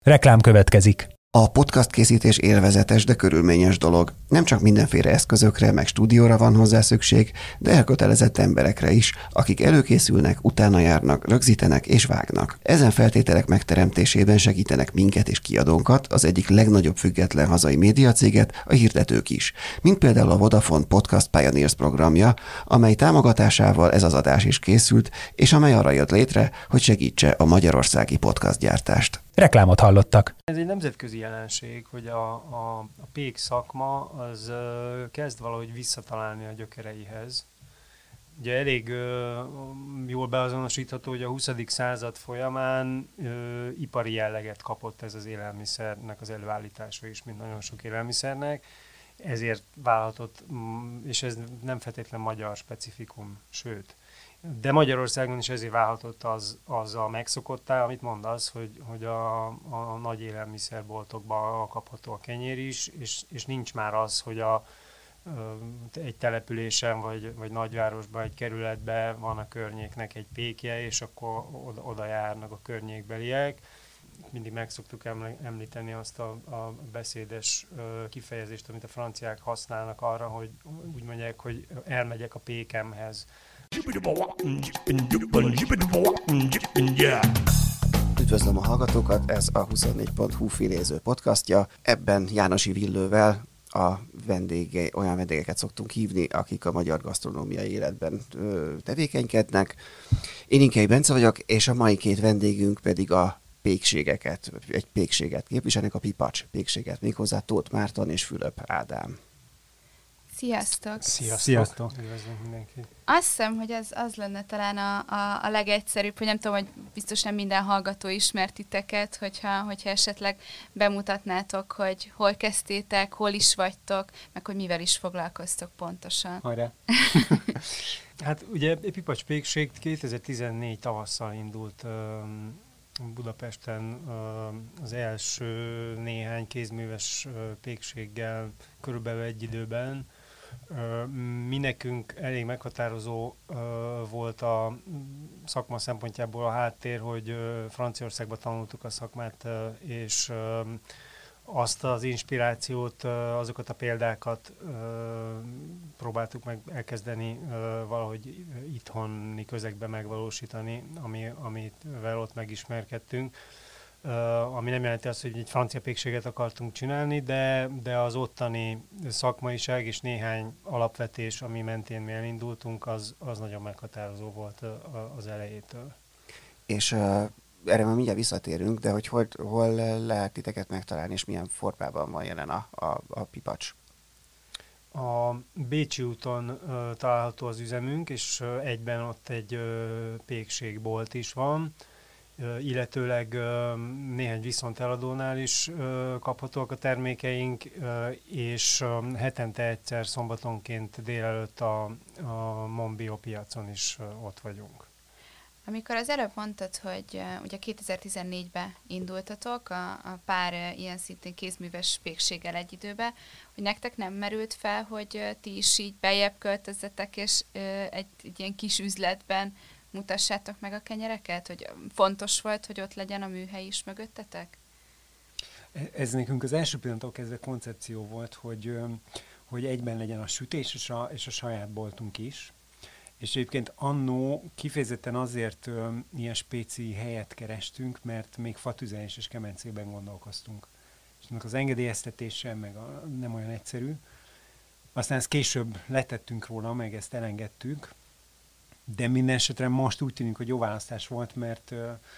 Reklám következik. A podcast készítés élvezetes, de körülményes dolog. Nem csak mindenféle eszközökre, meg stúdióra van hozzá szükség, de elkötelezett emberekre is, akik előkészülnek, utána járnak, rögzítenek és vágnak. Ezen feltételek megteremtésében segítenek minket és kiadónkat, az egyik legnagyobb független hazai médiacéget, a hirdetők is. Mint például a Vodafone Podcast Pioneers programja, amely támogatásával ez az adás is készült, és amely arra jött létre, hogy segítse a magyarországi podcastgyártást. Reklámot hallottak. Ez egy nemzetközi jelenség, hogy a pék szakma az kezd valahogy visszatalálni a gyökereihez. Ugye elég jól beazonosítható, hogy a 20. század folyamán ipari jelleget kapott ez az élelmiszernek az előállítása is, mint nagyon sok élelmiszernek. Ezért válhatott, és ez nem feltétlenül magyar specifikum, sőt. De Magyarországon is ezért válhatott az a megszokottá, amit mondasz, hogy a nagy élelmiszerboltokban kapható a kenyér is, és nincs már az, hogy egy településen vagy nagyvárosban, egy kerületben van a környéknek egy pékje, és akkor oda járnak a környékbeliek. Mindig meg szoktuk említeni azt a beszédes kifejezést, amit a franciák használnak arra, hogy úgy mondják, hogy elmegyek a pékemhez. Üdvözlöm a hallgatókat, ez a 24.hu filéző podcastja. Ebben Jánosi Villővel olyan vendégeket szoktunk hívni, akik a magyar gasztronómiai életben tevékenykednek. Én Inkei Bence vagyok, és a mai két vendégünk pedig egy pékséget képviselnek, a Pipacs pékséget, méghozzá Tóth Márton és Fülöp Ádám. Sziasztok! Sziasztok! Üdvözlünk mindenkit! Azt hiszem, hogy az lenne talán a legegyszerűbb, hogy nem tudom, hogy biztos nem minden hallgató ismert titeket, hogyha esetleg bemutatnátok, hogy hol kezdtétek, hol is vagytok, meg hogy mivel is foglalkoztok pontosan. Hajrá! Hát ugye Pipacs pékség 2014 tavasszal indult Budapesten az első néhány kézműves pékséggel körülbelül egy időben. Mi nekünk elég meghatározó volt a szakma szempontjából a háttér, hogy Franciaországban tanultuk a szakmát, és azt az inspirációt, azokat a példákat próbáltuk meg elkezdeni valahogy itthoni közegben megvalósítani, amivel ott megismerkedtünk. Ami nem jelenti azt, hogy egy francia pékséget akartunk csinálni, de az ottani szakmaiság és néhány alapvetés, ami mentén mi elindultunk, az nagyon meghatározó volt az elejétől. És erre már mindjárt visszatérünk, de hogy hol lehet titeket megtalálni, és milyen formában van jelen a Pipacs? A Bécsi úton található az üzemünk, és egyben ott egy pékségbolt is van, illetőleg néhány viszonteladónál is kaphatóak a termékeink, és hetente egyszer szombatonként délelőtt a Monbio piacon is ott vagyunk. Amikor az előbb mondtad, hogy ugye 2014-ben indultatok a pár ilyen szintén kézműves pékséggel egy időben, hogy nektek nem merült fel, hogy ti is így beljebb költözzetek, és egy ilyen kis üzletben mutassátok meg a kenyereket? Hogy fontos volt, hogy ott legyen a műhely is mögöttetek? Ez nekünk az első pillanattól kezdve koncepció volt, hogy egyben legyen a sütés és a saját boltunk is. És egyébként annó kifejezetten azért ilyen spéci helyet kerestünk, mert még fatüzelés és kemencében gondolkoztunk. És ennek az engedélyeztetése meg nem olyan egyszerű. Aztán ezt később letettünk róla, meg ezt elengedtük. De minden esetre most úgy tűnik, hogy jó választás volt, mert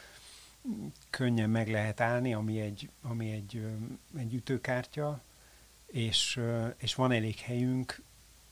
könnyen meg lehet állni, ami egy ütőkártya, és van elég helyünk,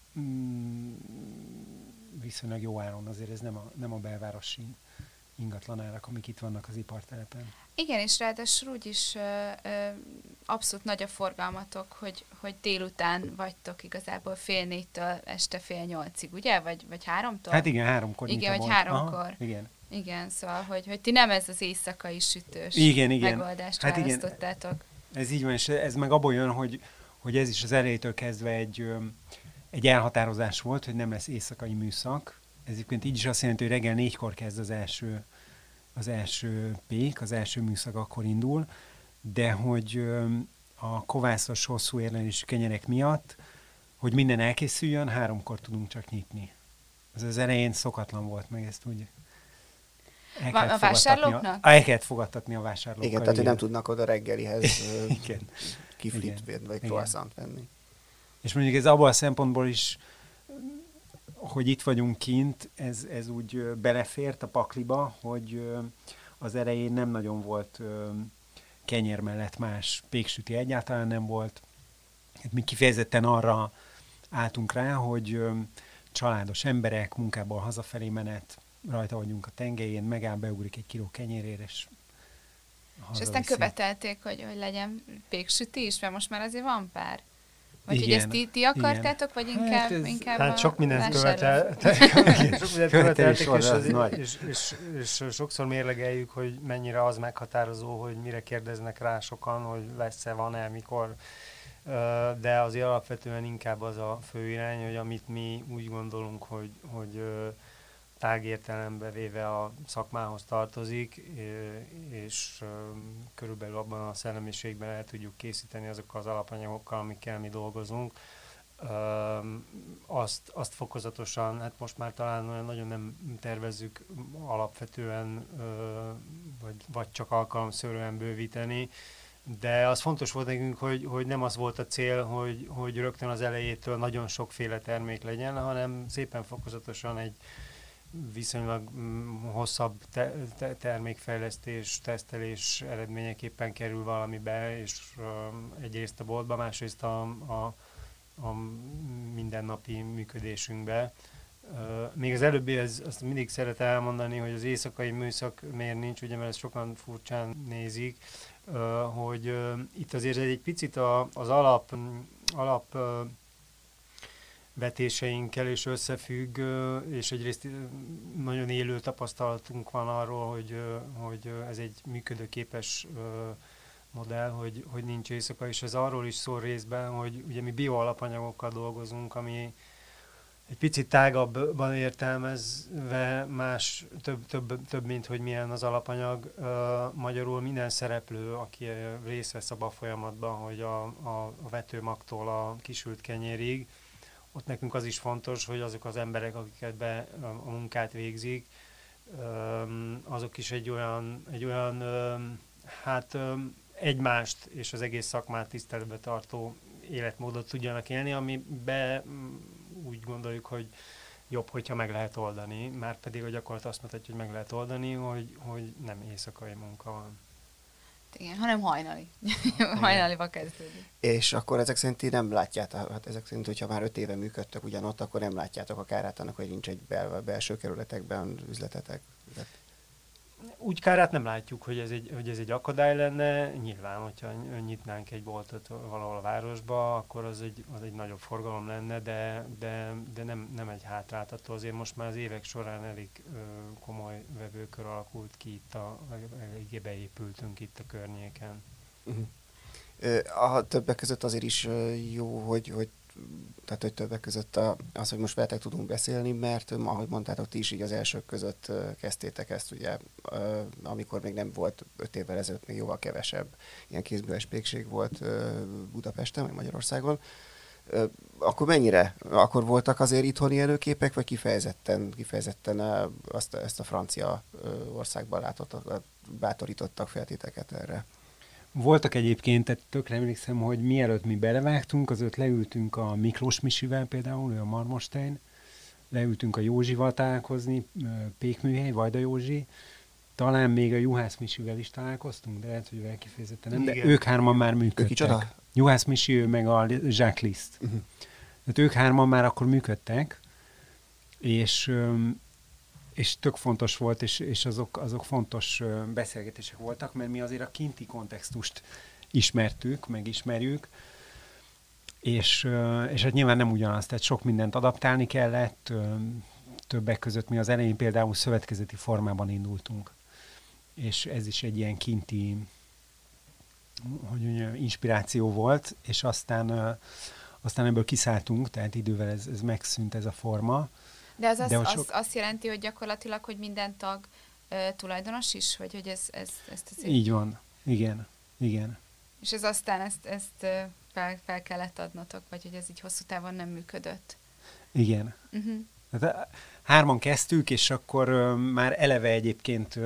viszonylag jó áron, azért ez nem a belvárosi ingatlanárak, amik itt vannak az ipartelepen. Igen, és ráadásul úgyis abszolút nagy a forgalmatok, hogy délután vagytok igazából 3:30-től este 7:30, ugye? Vagy 3-tól? Hát igen, 3-kor. Igen, vagy 3-kor. Aha, igen. Igen, szóval, hogy ti nem ez az éjszakai sütős megoldást hát választottátok. Igen. Ez így van, és ez meg abból jön, hogy ez is az elejétől kezdve egy elhatározás volt, hogy nem lesz éjszakai műszak. Ez egyébként így is azt jelenti, hogy reggel 4-kor kezd az első pék, az első műszak akkor indul, de hogy a kovászos hosszú érlelésű kenyerek miatt, hogy minden elkészüljön, 3-kor tudunk csak nyitni. Ez az elején szokatlan volt, meg ezt úgy A vásárlóknak? El kellett fogadtatni a vásárlókkal. Igen, tehát hogy nem tudnak oda reggelihez kiflit Igen. vagy croissant venni. És mondjuk ez abban a szempontból is, hogy itt vagyunk kint, ez úgy belefért a pakliba, hogy az elején nem nagyon volt kenyér mellett más péksüti, egyáltalán nem volt. Hát mi kifejezetten arra álltunk rá, hogy családos emberek, munkából hazafelé menet, rajta vagyunk a tengelyén, megáll, beugrik 1 kiló kenyérért, és aztán követelték, hogy legyen péksüti is, mert most már azért van pár. Vagy igen, hogy ezt ti akartátok, vagy inkább hát sok mindent követeltek, és sokszor mérlegeljük, hogy mennyire az meghatározó, hogy mire kérdeznek rá sokan, hogy lesz-e, van-e, mikor. De azért alapvetően inkább az a fő irány, hogy amit mi úgy gondolunk, hogy tágértelembe véve a szakmához tartozik, és körülbelül abban a szellemiségben el tudjuk készíteni azokkal az alapanyagokkal, amikkel mi dolgozunk, azt fokozatosan, hát most már talán olyan nagyon nem tervezzük alapvetően, vagy csak alkalomszerűen bővíteni, de az fontos volt nekünk, hogy nem az volt a cél, hogy rögtön az elejétől nagyon sokféle termék legyen, hanem szépen fokozatosan egy viszonylag hosszabb termékfejlesztés, tesztelés eredményeképpen kerül valamibe, és egyrészt a boltba, másrészt a mindennapi működésünkbe. Még az előbbi, azt mindig szeret elmondani, hogy az éjszakai műszak miért nincs, ugye, mert ezt sokan furcsán nézik, hogy itt azért egy picit az alap vetéseinkkel is összefügg, és egyrészt nagyon élő tapasztalatunk van arról, hogy ez egy működőképes modell, hogy nincs éjszaka, és ez arról is szól részben, hogy ugye mi bioalapanyagokkal dolgozunk, ami egy picit tágabban értelmezve más, több mint hogy milyen az alapanyag. Magyarul minden szereplő, aki részt vesz abban a folyamatban, hogy a vetőmagtól a kisült kenyérig, ott nekünk az is fontos, hogy azok az emberek, akiket a munkát végzik, azok is egy olyan egymást és az egész szakmát tiszteletbe tartó életmódot tudjanak élni, amiben úgy gondoljuk, hogy jobb, hogyha meg lehet oldani. Márpedig a gyakorlat azt mutatja, hogy meg lehet oldani, hogy nem éjszakai munka van. Igen, hanem hajnali. Hajnaliba kezdődik. És akkor ezek szerint ti nem látjátok, hát ezek szerint, hogyha már 5 éve működtök ugyanott, akkor nem látjátok a kárát annak, hogy nincs egy belső kerületekben üzletetek? Úgy kárát nem látjuk, hogy ez egy akadály lenne. Nyilván, hogyha nyitnánk egy boltot valahol a városba, akkor az egy nagyobb forgalom lenne, de nem egy hátráltató. Azért most már az évek során elég komoly vevőkör alakult ki itt, eléggé beépültünk itt a környéken. A többek között azért is jó, hogy többek között az, hogy most veletek tudunk beszélni, mert ahogy mondtátok, ti is így az elsők között kezdtétek ezt, ugye, amikor még nem volt 5 évvel ezelőtt, még jóval kevesebb ilyen kézműves pékség volt Budapesten, vagy Magyarországon. Akkor mennyire? Akkor voltak azért itthoni előképek, vagy kifejezetten ezt a francia országban bátorítottak fel titeket erre? Voltak egyébként, tehát tökre emlékszem, hogy mielőtt mi belevágtunk, azért leültünk a Miklós Misivel például, ő a Marmostein, leültünk a Józsival találkozni, pékműhely, Vajda Józsi, talán még a Juhász Misivel is találkoztunk, de lehet, hogy vele kifejezetten nem, de ők hárman már működtek. Juhász Misi, ő meg a Jacques Liszt. Tehát ők hárman már akkor működtek, és tök fontos volt, és azok fontos beszélgetések voltak, mert mi azért a kinti kontextust megismerjük, és hát nyilván nem ugyanaz, tehát sok mindent adaptálni kellett, többek között mi az elején például szövetkezeti formában indultunk, és ez is egy ilyen kinti inspiráció volt, és aztán ebből kiszálltunk, tehát idővel ez megszűnt ez a forma. De azt jelenti, hogy gyakorlatilag, hogy minden tag tulajdonos is? Vagy hogy ezt Így van, igen. Igen. És ez aztán ezt fel kellett adnotok, vagy hogy ez így hosszú távon nem működött. Igen. Hát, 3 kezdtük, és akkor már eleve egyébként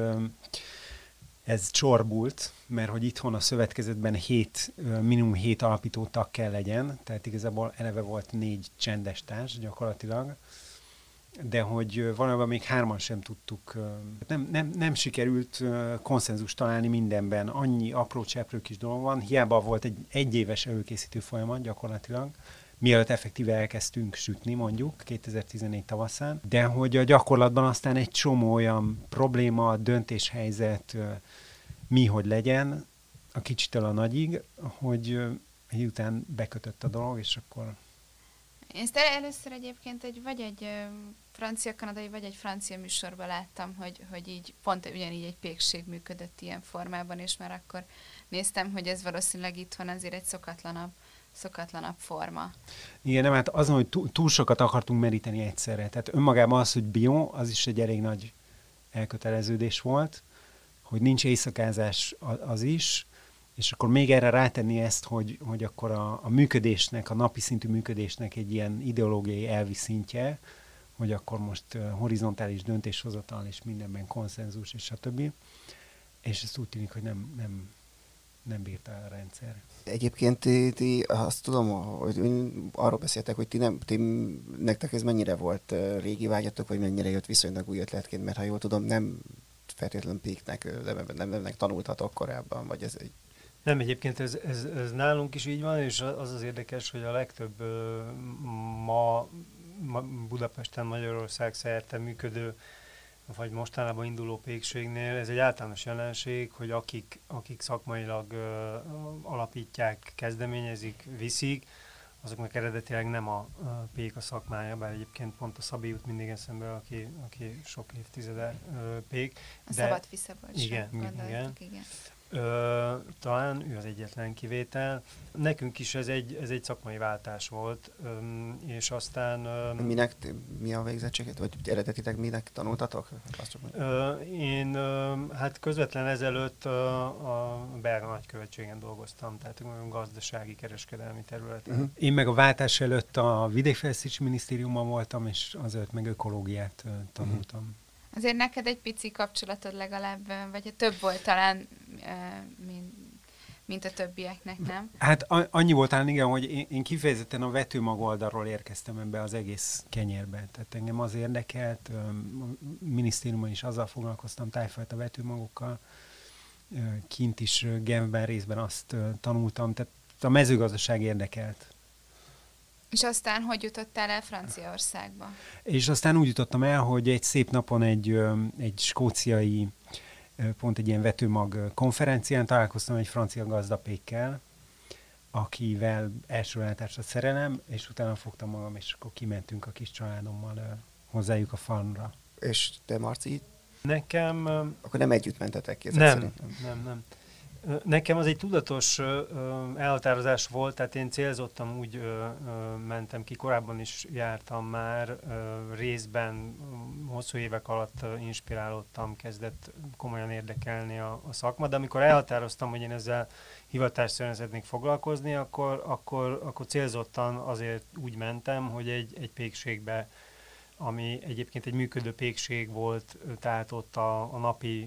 ez csorbult, mert hogy itthon a szövetkezetben minimum 7 alapító tag kell legyen, tehát igazából eleve volt 4 csendes társ gyakorlatilag, de hogy valójában még 3-an sem tudtuk, nem sikerült konszenzus találni mindenben, annyi apró cseprő kis dolog van, hiába volt egy egyéves előkészítő folyamat gyakorlatilag, mielőtt effektíve elkezdtünk sütni, mondjuk 2014 tavaszán, de hogy a gyakorlatban aztán egy csomó olyan probléma, döntéshelyzet, hogy legyen, a kicsitől a nagyig, hogy egy után bekötött a dolog, és akkor... Én ezt először egyébként vagy egy francia-kanadai, vagy egy francia műsorban láttam, hogy így pont ugyanígy egy pékség működött ilyen formában, és már akkor néztem, hogy ez valószínűleg itthon azért egy szokatlanabb forma. Igen, nem, hát azon, hogy túl sokat akartunk meríteni egyszerre. Tehát önmagában az, hogy bio, az is egy elég nagy elköteleződés volt, hogy nincs éjszakázás, az is, és akkor még erre rátenni ezt, hogy akkor a működésnek, a napi szintű működésnek egy ilyen ideológiai elvi szintje, hogy akkor most horizontális döntéshozatal és mindenben konszenzus, és stb. És ezt úgy tűnik, hogy nem bírta el a rendszer. Egyébként ti azt tudom, hogy arról beszéltek, hogy nektek ez mennyire volt régi vágyatok, vagy mennyire jött viszonylag új ötletként, mert ha jól tudom, nem feltétlenül péknek, nem tanultatok korábban, vagy ez egy... Nem, egyébként ez nálunk is így van, és az érdekes, hogy a legtöbb ma Budapesten, Magyarország szerte működő, vagy mostanában induló pékségnél ez egy általános jelenség, hogy akik szakmailag alapítják, kezdeményezik, viszik, azoknak eredetileg nem a pék a szakmája, bár egyébként pont a Szabi jut mindig eszembe, aki sok évtizede pék. A Szabad Fiszabolcsra gondoltuk, igen. Talán ő az egyetlen kivétel. Nekünk is ez egy szakmai váltás volt, és aztán... Mi a végzettséget? Vagy eredetileg minek tanultatok? Én hát közvetlen ezelőtt a belga nagykövetségen dolgoztam, tehát gazdasági, kereskedelmi területen. Én meg a váltás előtt a Vidékfejlesztési Minisztériumban voltam, és azért meg ökológiát tanultam. Azért neked egy pici kapcsolatod legalább, vagy több volt talán, mint a többieknek, nem? Hát annyi volt talán, igen, hogy én kifejezetten a vetőmag oldalról érkeztem ebbe az egész kenyérbe. Tehát engem az érdekelt, a minisztériumban is azzal foglalkoztam, tájfajta vetőmagokkal, kint is Genfben részben azt tanultam, tehát a mezőgazdaság érdekelt. És aztán hogy jutottál el Franciaországba? És aztán úgy jutottam el, hogy egy szép napon egy skóciai, pont egy ilyen vetőmag konferencián találkoztam egy francia gazdapékkel, akivel első látásra szerelem, és utána fogtam magam, és akkor kimentünk a kis családommal hozzájuk a farmra. És te, Marci? Nekem... Akkor nem együtt mentetek ki? Nem. Nekem az egy tudatos elhatározás volt, tehát én célzottan úgy mentem ki, korábban is jártam már, részben hosszú évek alatt inspirálódtam, kezdett komolyan érdekelni a szakma, de amikor elhatároztam, hogy én ezzel hivatásszerűen szeretnék foglalkozni, akkor célzottan azért úgy mentem, hogy egy pékségbe, ami egyébként egy működő pékség volt, tehát ott a napi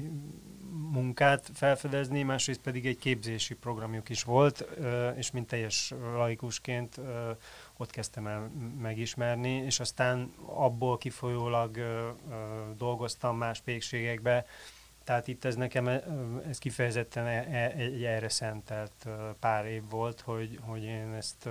munkát felfedezni, másrészt pedig egy képzési programjuk is volt, és mint teljes laikusként ott kezdtem el megismerni, és aztán abból kifolyólag dolgoztam más pékségekbe, tehát itt ez nekem ez kifejezetten egy erre szentelt pár év volt, hogy én ezt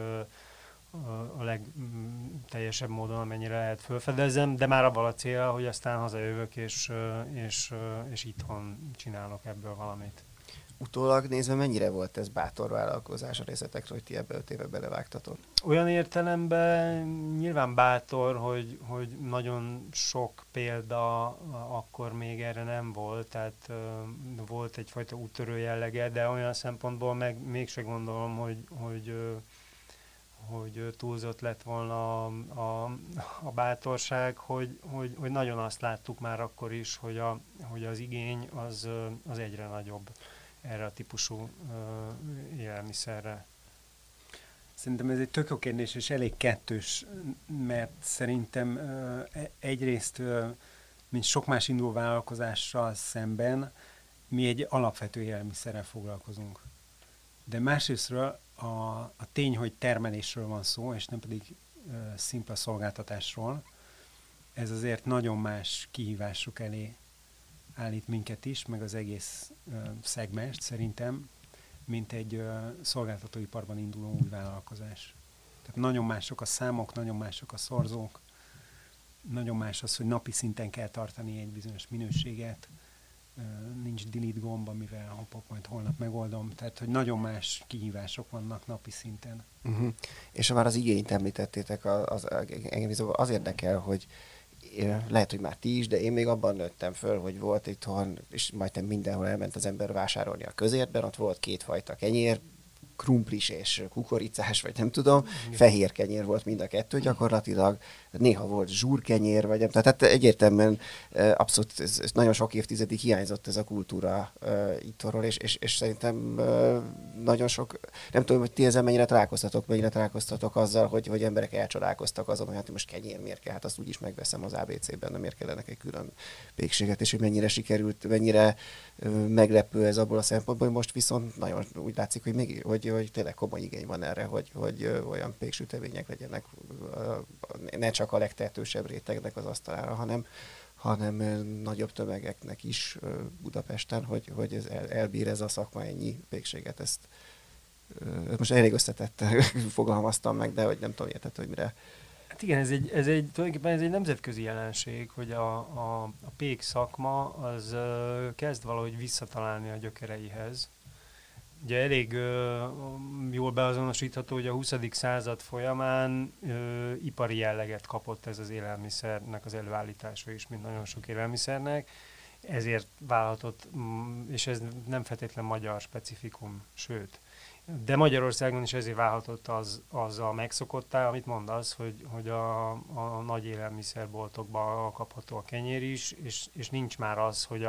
a legteljesebb módon, amennyire lehet felfedezem, de már abban a célra, hogy aztán hazajövök, és itthon csinálok ebből valamit. Utólag nézve mennyire volt ez bátor vállalkozás a részletekről, hogy ti ebbe 5 éve belevágtatok? Olyan értelemben nyilván bátor, hogy nagyon sok példa akkor még erre nem volt, tehát volt egyfajta úttörő jellege, de olyan szempontból meg mégse gondolom, hogy túlzott lett volna a bátorság, hogy nagyon azt láttuk már akkor is, hogy az igény az egyre nagyobb erre a típusú élelmiszerre? Szerintem ez egy tök jó kérdés, és elég kettős, mert szerintem egyrészt, mint sok más induló vállalkozással szemben, mi egy alapvető élelmiszerrel foglalkozunk. De másrésztről a tény, hogy termelésről van szó, és nem pedig szimpla szolgáltatásról, ez azért nagyon más kihívások elé állít minket is, meg az egész szegmest szerintem, mint egy szolgáltatóiparban induló új vállalkozás. Tehát nagyon mások a számok, nagyon mások a szorzók, nagyon más az, hogy napi szinten kell tartani egy bizonyos minőséget, nincs delete gomb, amivel hoppok, majd holnap megoldom, tehát hogy nagyon más kihívások vannak napi szinten. Uh-huh. És ha már az igényt említettétek, engem az érdekel, hogy lehet, hogy már ti is, de én még abban nőttem föl, hogy volt itthon, és majdnem mindenhol elment az ember vásárolni a közértben, ott volt kétfajta kenyér, krumplis és kukoricás, vagy nem tudom, fehér kenyér volt mind a kettő gyakorlatilag, néha volt zsúrkenyér, vagy nem, tehát egyértelműen abszolút ez nagyon sok évtizedig hiányzott ez a kultúra itthonról, és szerintem nagyon sok, nem tudom, hogy ti ezzel mennyire találkoztatok azzal, hogy emberek elcsodálkoztak azon, hogy hát most kenyér miért kell, hát azt úgyis megveszem az ABC-ben, de miért kellene egy külön pékséget, és hogy mennyire sikerült, mennyire meglepő ez abból a szempontból, hogy most viszont nagyon úgy látszik, hogy tényleg komoly igény van erre, hogy olyan péksütemények legyenek, ne csak a legtehetősebb rétegnek az asztalára, hanem nagyobb tömegeknek is Budapesten, hogy ez elbír ez a szakma ennyi pékséget. Ezt most elég összetetten fogalmaztam meg, de hogy nem tudom, érted, hogy mire. Hát igen, tulajdonképpen ez egy nemzetközi jelenség, hogy a pék szakma az kezd valahogy visszatalálni a gyökereihez. Ugye elég jól beazonosítható, hogy a 20. század folyamán ipari jelleget kapott ez az élelmiszernek az előállítása is, mint nagyon sok élelmiszernek. Ezért válhatott, és ez nem feltétlenül magyar specifikum, sőt. De Magyarországon is ezért válhatott az a megszokottá, amit mondasz, hogy a nagy élelmiszerboltokban kapható a kenyér is, és nincs már az, hogy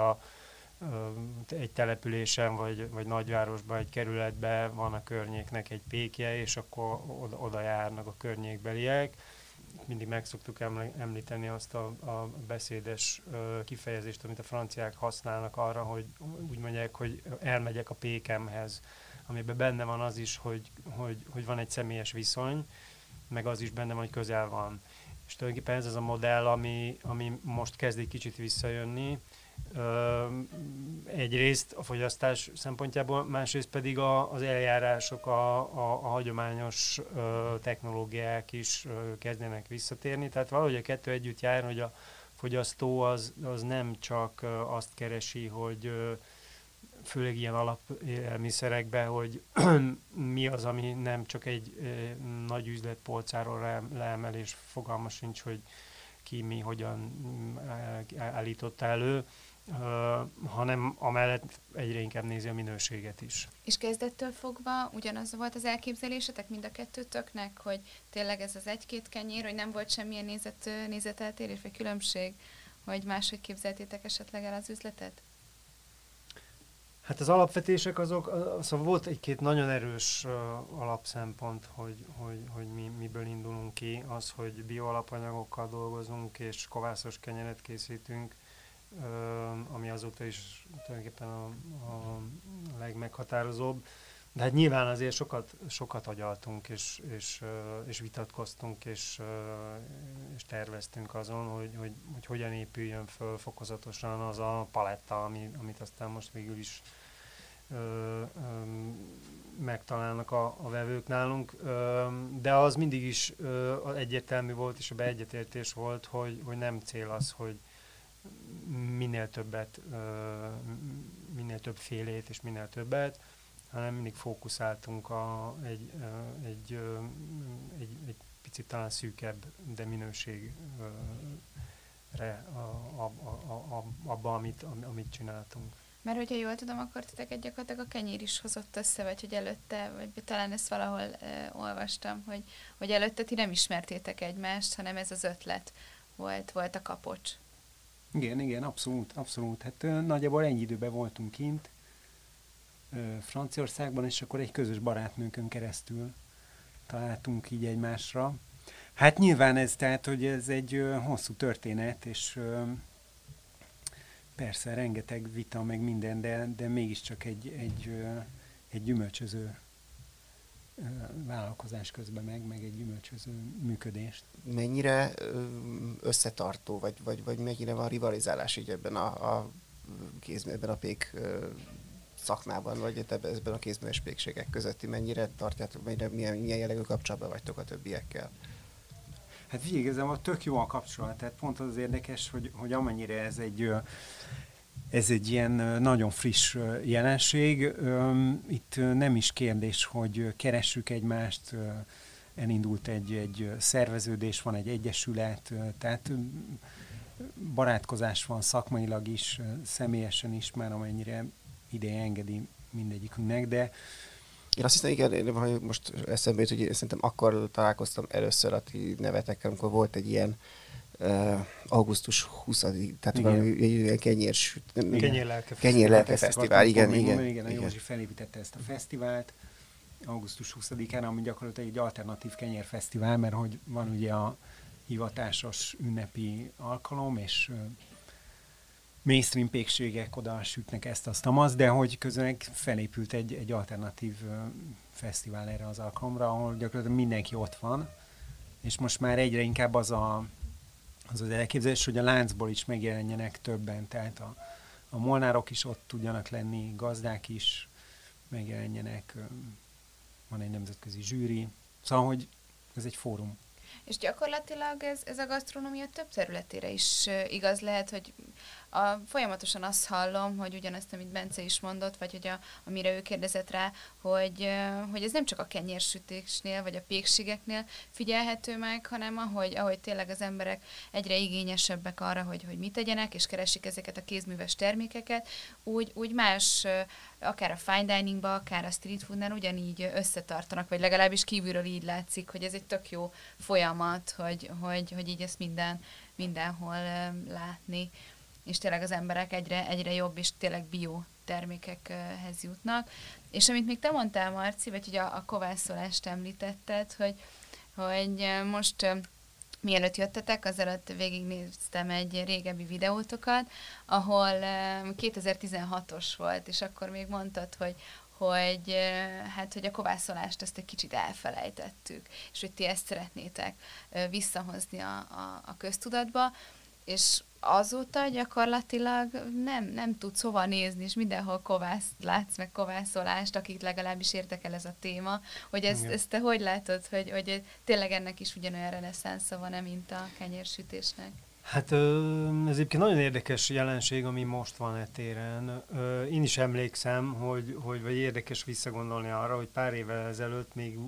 egy településen vagy nagyvárosban, egy kerületben van a környéknek egy pékje, és akkor oda járnak a környékbeliek. Mindig meg szoktuk említeni azt a beszédes kifejezést, amit a franciák használnak arra, hogy úgy mondják, hogy elmegyek a pékemhez, amiben benne van az is, hogy van egy személyes viszony, meg az is benne van, hogy közel van. És tulajdonképpen ez az a modell, ami most kezd egy kicsit visszajönni. Egyrészt a fogyasztás szempontjából, másrészt pedig az eljárások, a hagyományos technológiák is kezdenek visszatérni. Tehát valahogy a kettő együtt jár, hogy a fogyasztó az nem csak azt keresi, hogy főleg ilyen alapélelmiszerekben, hogy mi az, ami nem csak egy nagy üzletpolcáról leemel, és fogalma sincs, hogy ki mi hogyan állította elő, hanem amellett egyre inkább nézi a minőséget is. És kezdettől fogva ugyanaz volt az elképzelésetek mind a kettőtöknek, hogy tényleg ez az egy-két kenyér, hogy nem volt semmilyen nézeteltérés vagy különbség, hogy máshogy képzeltétek esetleg el az üzletet? Hát az alapvetések szóval volt egy-két nagyon erős alapszempont, hogy miből indulunk ki, az, hogy bioalapanyagokkal dolgozunk és kovászos kenyeret készítünk, ami azóta is tulajdonképpen a legmeghatározóbb. De hát nyilván azért sokat agyaltunk, és vitatkoztunk, és terveztünk azon, hogy hogyan épüljön föl fokozatosan az a paletta, amit aztán most végül is megtalálnak a vevők nálunk. De az mindig is egyértelmű volt, és a beegyetértés volt, hogy nem cél az, hogy minél több félét és minél többet, hanem mindig fókuszáltunk egy picit talán szűkebb, de minőségre abba, amit csináltunk. Mert hogyha jól tudom, akkor titeket gyakorlatilag a kenyér is hozott össze, vagy hogy előtte, vagy talán ezt valahol olvastam, hogy előtte ti nem ismertétek egymást, hanem ez az ötlet volt a kapocs. Igen, abszolút. Hát nagyjából ennyi időben voltunk kint, Franciaországban, és akkor egy közös barátnőnkön keresztül találtunk így egymásra. Hát nyilván ez, tehát, hogy ez egy hosszú történet, és persze rengeteg vita, meg minden, de mégiscsak egy gyümölcsöző vállalkozás közben meg egy gyümölcsöző működést. Mennyire összetartó, vagy mennyire van rivalizálás így ebben ebben a pék szakmában, vagy ebben a kézműves pékségek közötti? Mennyire tartjátok, milyen jellegű kapcsolatban vagytok a többiekkel? Hát figyelj, igazából tök jó a kapcsolat, tehát pont az érdekes, hogy amennyire ez egy ilyen nagyon friss jelenség, itt nem is kérdés, hogy keressük egymást, elindult egy szerveződés, van egy egyesület, tehát barátkozás van szakmailag is, személyesen is, már amennyire ideje engedi mindegyikünknek, de Én azt hiszem, igen, most eszembe jut, hogy szerintem akkor találkoztam először a ti nevetekkel, amikor volt egy ilyen augusztus 20, tehát valami ilyen Kenyérlelke fesztivál, igen. A Józsi felépítette ezt a fesztivált augusztus 20-án, ami gyakorlatilag egy alternatív kenyérfesztivál, mert hogy van ugye a hivatásos ünnepi alkalom, és mainstream pékségek oda sütnek ezt-azt, de hogy közben felépült egy alternatív fesztivál erre az alkalomra, ahol gyakorlatilag mindenki ott van, és most már egyre inkább az elképzelés, hogy a láncból is megjelenjenek többen, tehát a molnárok is ott tudjanak lenni, gazdák is megjelenjenek, van egy nemzetközi zsűri, szóval, hogy ez egy fórum. És gyakorlatilag ez a gasztronómia több területére is igaz lehet, hogy folyamatosan azt hallom, hogy ugyanezt, amit Bence is mondott, vagy hogy amire ő kérdezett rá, hogy ez nem csak a kenyérsütésnél, vagy a pékségeknél figyelhető meg, hanem ahogy tényleg az emberek egyre igényesebbek arra, hogy mit tegyenek, és keresik ezeket a kézműves termékeket, úgy más, akár a fine diningba, akár a street foodnál ugyanígy összetartanak, vagy legalábbis kívülről így látszik, hogy ez egy tök jó folyamat, hogy így ezt mindenhol látni, és tényleg az emberek egyre jobb és tényleg bio termékekhez jutnak. És amit még te mondtál, Marci, vagy hogy a kovászolást említetted, hogy most mielőtt jöttetek, azelőtt végignéztem egy régebbi videótokat, ahol 2016-os volt, és akkor még mondtad, hogy a kovászolást ezt egy kicsit elfelejtettük, és hogy ti ezt szeretnétek visszahozni a köztudatba, és azóta gyakorlatilag nem tudsz hova nézni, és mindenhol kovászt látsz, meg kovászolást, akik legalábbis érdekel ez a téma, hogy ezt te hogy látod, hogy tényleg ennek is ugyanolyan reneszánsza van-e, mint a kenyérsütésnek? Hát ez egyébként nagyon érdekes jelenség, ami most van e téren. Én is emlékszem, vagy érdekes visszagondolni arra, hogy pár évvel ezelőtt még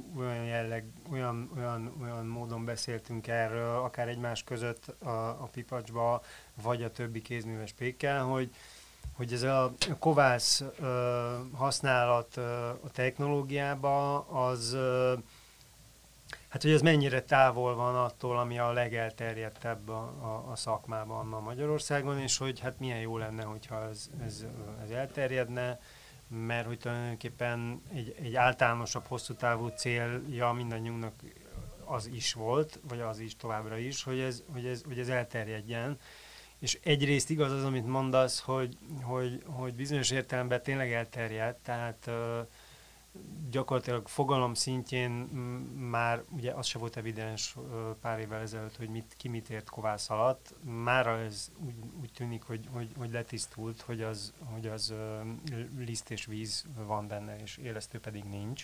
olyan módon beszéltünk erről, akár egymás között a Pipacsba, vagy a többi kézműves pékkel, hogy ez a kovász használat a technológiába, az hát, hogy ez mennyire távol van attól, ami a legelterjedtebb a szakmában ma Magyarországon, és hogy hát milyen jó lenne, hogyha ez elterjedne, mert hogy tulajdonképpen egy általánosabb, hosszú távú célja mindannyiunknak az is volt, vagy az is továbbra is, hogy ez elterjedjen. És egyrészt igaz az, amit mondasz, hogy bizonyos értelemben tényleg elterjedt, tehát gyakorlatilag fogalom szintjén már ugye az se volt evidens pár évvel ezelőtt, hogy ki mit ért kovász alatt. Mára ez úgy tűnik, hogy letisztult, hogy az liszt és víz van benne, és élesztő pedig nincs.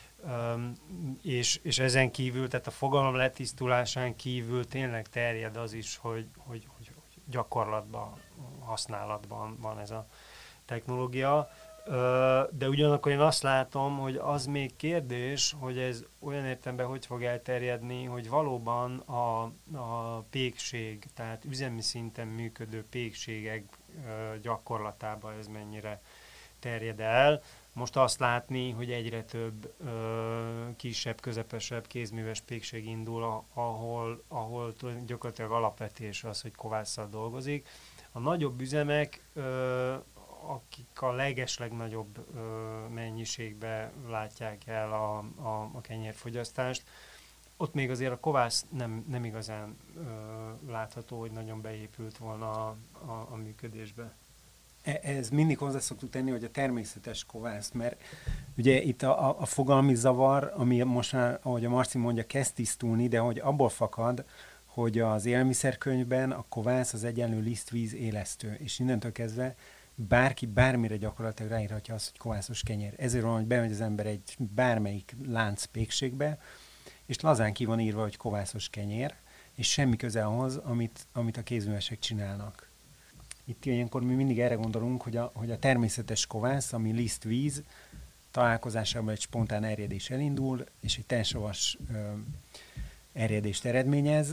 És ezen kívül, tehát a fogalom letisztulásán kívül tényleg terjed az is, hogy gyakorlatban, használatban van ez a technológia. De ugyanakkor én azt látom, hogy az még kérdés, hogy ez olyan értelemben hogy fog elterjedni, hogy valóban a pékség, tehát üzemi szinten működő pékségek gyakorlatában ez mennyire terjed el. Most azt látni, hogy egyre több kisebb, közepesebb kézműves pékség indul, ahol gyakorlatilag alapvetés az, hogy kovásszal dolgozik. A nagyobb üzemek akik a legeslegnagyobb mennyiségbe látják el a kenyérfogyasztást, ott még azért a kovász nem igazán látható, hogy nagyon beépült volna a működésbe. Ez mindig hozzá szoktuk tenni, hogy a természetes kovász, mert ugye itt a fogalmi zavar, ami most már, ahogy a Marci mondja, kezd tisztulni, de hogy abból fakad, hogy az élelmiszerkönyvben a kovász az egyenlő liszt, víz, élesztő, és innentől kezdve bárki bármire gyakorlatilag ráírhatja azt, hogy kovászos kenyér. Ezért van, hogy bemegy az ember egy bármelyik lánc pékségbe, és lazán ki van írva, hogy kovászos kenyér, és semmi köze ahhoz, amit a kézművesek csinálnak. Itt ilyenkor mi mindig erre gondolunk, hogy a természetes kovász, ami liszt, víz, találkozásában egy spontán erjedés elindul, és egy teljesavas erjedést eredményez.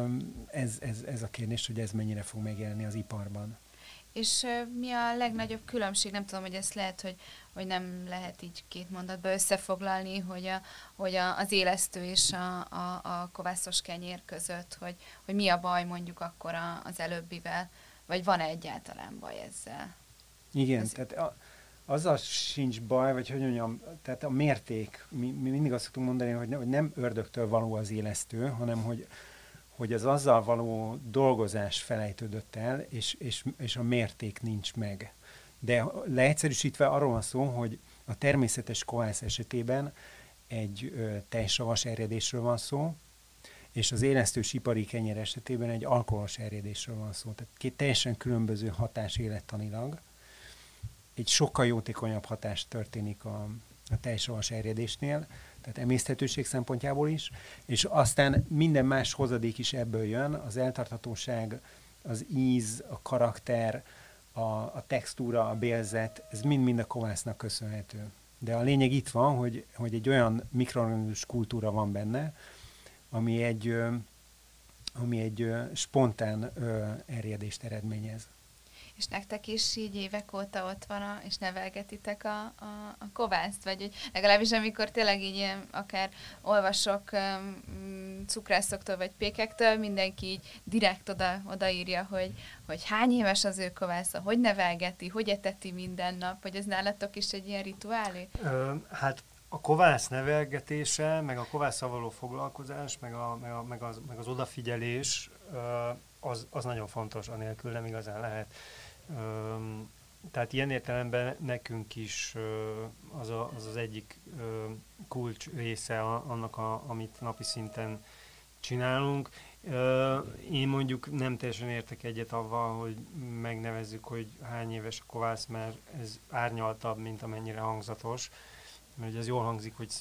Ez a kérdés, hogy ez mennyire fog megjelenni az iparban. És mi a legnagyobb különbség? Nem tudom, hogy ezt lehet, hogy nem lehet így két mondatba összefoglalni, hogy az élesztő és a kovászos kenyér között, hogy mi a baj mondjuk akkor az előbbivel, vagy van-e egyáltalán baj ezzel? Igen, tehát azzal sincs baj, vagy hogy mondjam, tehát a mérték, mi mindig azt szoktunk mondani, hogy nem ördögtől való az élesztő, hanem hogy az azzal való dolgozás felejtődött el, és a mérték nincs meg. De leegyszerűsítve arról van szó, hogy a természetes kovász esetében egy tejsavas erjedésről van szó, és az élesztős ipari kenyér esetében egy alkoholos erjedésről van szó. Tehát két teljesen különböző hatás élettanilag. Egy sokkal jótékonyabb hatás történik a tejsavas erjedésnél, tehát emészthetőség szempontjából is, és aztán minden más hozadék is ebből jön, az eltarthatóság, az íz, a karakter, a textúra, a bélzet, ez mind-mind a kovásznak köszönhető. De a lényeg itt van, hogy egy olyan mikroorganizmus kultúra van benne, ami egy spontán erjedést eredményez. És nektek is így évek óta ott van, és nevelgetitek a kovászt? Vagy hogy legalábbis amikor tényleg így akár olvasok cukrászoktól vagy pékektől, mindenki így direkt odaírja, hogy hány éves az ő kovásza, hogy nevelgeti, hogy eteti minden nap, hogy ez nálatok is egy ilyen rituálé? Hát a kovász nevelgetése, meg a kovásszal való foglalkozás, meg az odafigyelés, az nagyon fontos, anélkül nem igazán lehet. Tehát ilyen értelemben nekünk is az egyik kulcs része annak, amit napi szinten csinálunk. Én mondjuk nem teljesen értek egyet avval, hogy megnevezzük, hogy hány éves a kovász, mert ez árnyaltabb, mint amennyire hangzatos. Mert ez jól hangzik, hogy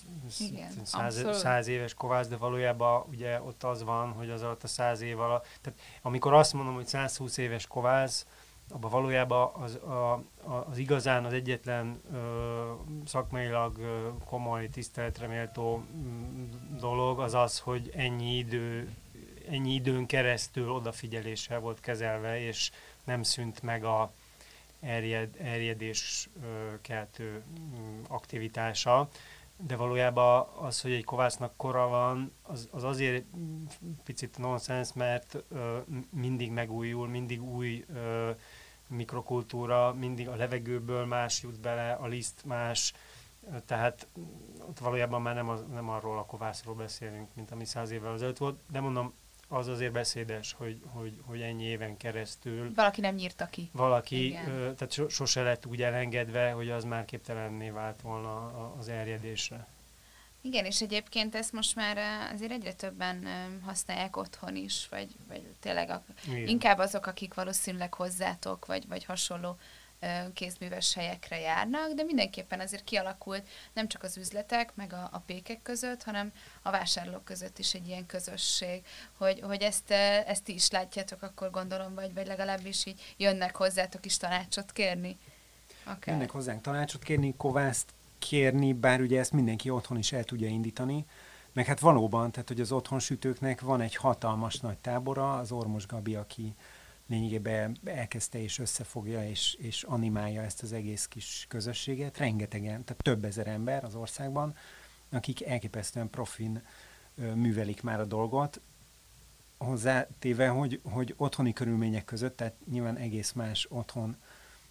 100 éves kovász, de valójában ugye ott az van, hogy az alatt a 100 év alatt, tehát amikor azt mondom, hogy 120 éves kovász, abban valójában az igazán az egyetlen szakmailag komoly, tiszteletre méltó dolog az az, hogy ennyi időn keresztül odafigyeléssel volt kezelve, és nem szűnt meg a erjedés keltő aktivitása, de valójában az, hogy egy kovásznak kora van, az azért picit nonsens, mert mindig megújul, mindig új mikrokultúra, mindig a levegőből más jut bele, a liszt más, tehát ott valójában már nem arról a kovászról beszélünk, mint ami 100 évvel ezelőtt volt, de mondom, az azért beszédes, hogy ennyi éven keresztül... Valaki nem nyírta ki. Valaki, tehát sose lett úgy elengedve, hogy az már képtelenné vált volna az erjedésre. Igen, és egyébként ezt most már azért egyre többen használják otthon is, vagy tényleg inkább azok, akik valószínűleg hozzátok, vagy hasonló kézműves helyekre járnak, de mindenképpen azért kialakult nem csak az üzletek, meg a pékek között, hanem a vásárlók között is egy ilyen közösség, hogy ezt ti is látjátok, akkor gondolom, vagy legalábbis így jönnek hozzátok is tanácsot kérni. Akár. Jönnek hozzánk tanácsot kérni, kovászt kérni, bár ugye ezt mindenki otthon is el tudja indítani, meg hát valóban, tehát hogy az otthonsütőknek van egy hatalmas nagy tábora, az Ormos Gabi, aki lényegében elkezdte és összefogja és animálja ezt az egész kis közösséget. Rengetegen, tehát több ezer ember az országban, akik elképesztően profin művelik már a dolgot, hozzátéve, hogy otthoni körülmények között, tehát nyilván egész más otthon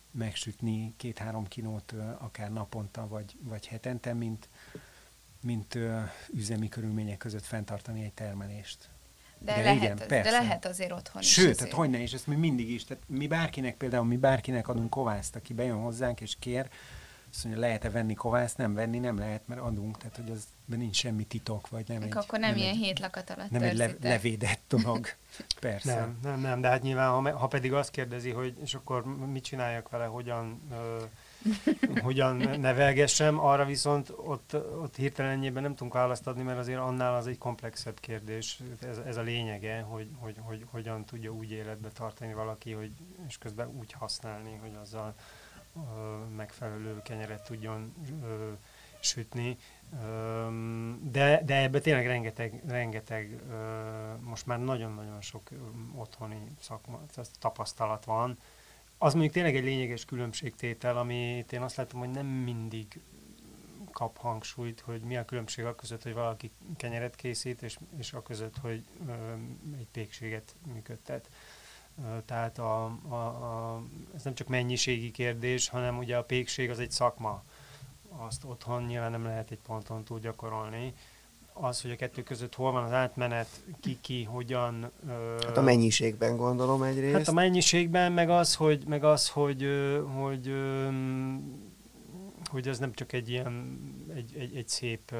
megsütni 2-3 kilót akár naponta, vagy hetente, mint üzemi körülmények között fenntartani egy termelést. De lehet azért otthon is. Sőt, tehát hogyne, és ezt mi mindig is, tehát mi bárkinek adunk kovászt, aki bejön hozzánk és kér, azt mondja, lehet-e venni kovászt, nem venni, nem lehet, mert adunk, tehát hogy azben nincs semmi titok, vagy nem akkor nem ilyen 7 lakat alatt nem törzitek. egy levédett dolog. Persze. Nem, de hát nyilván, ha pedig azt kérdezi, hogy és akkor mit csináljak vele, hogyan nevelgessem, arra viszont ott hirtelen ennyiben nem tudunk választ adni, mert azért annál az egy komplexebb kérdés. Ez a lényege, hogy hogyan tudja úgy életbe tartani valaki, és közben úgy használni, hogy azzal megfelelő kenyeret tudjon sütni. De ebben tényleg rengeteg most már nagyon-nagyon sok otthoni tapasztalat van. Az mondjuk tényleg egy lényeges különbségtétel, amit én azt látom, hogy nem mindig kap hangsúlyt, hogy mi a különbség a között, hogy valaki kenyeret készít, és a között, hogy egy pékséget működtet. Tehát ez nem csak mennyiségi kérdés, hanem ugye a pékség az egy szakma. Azt otthon nyilván nem lehet egy ponton túl gyakorolni. Az, hogy a kettő között hol van az átmenet, ki, hogyan... Hát a mennyiségben gondolom egyrészt. Hát a mennyiségben, meg az, hogy ez nem csak egy ilyen, egy szép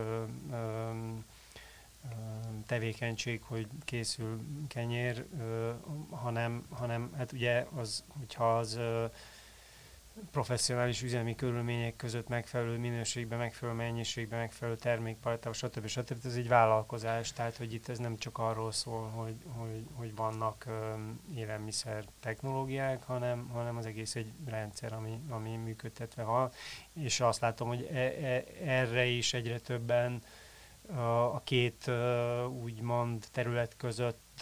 tevékenység, hogy készül kenyér, hanem hát ugye az, hogyha az professzionális üzemi körülmények között megfelelő minőségben, megfelelő mennyiségben, megfelelő termékpalettával, stb. Ez egy vállalkozás, tehát hogy itt ez nem csak arról szól, hogy vannak élelmiszer technológiák, hanem az egész egy rendszer, ami működtetve van, és azt látom, hogy erre is egyre többen a két úgymond terület között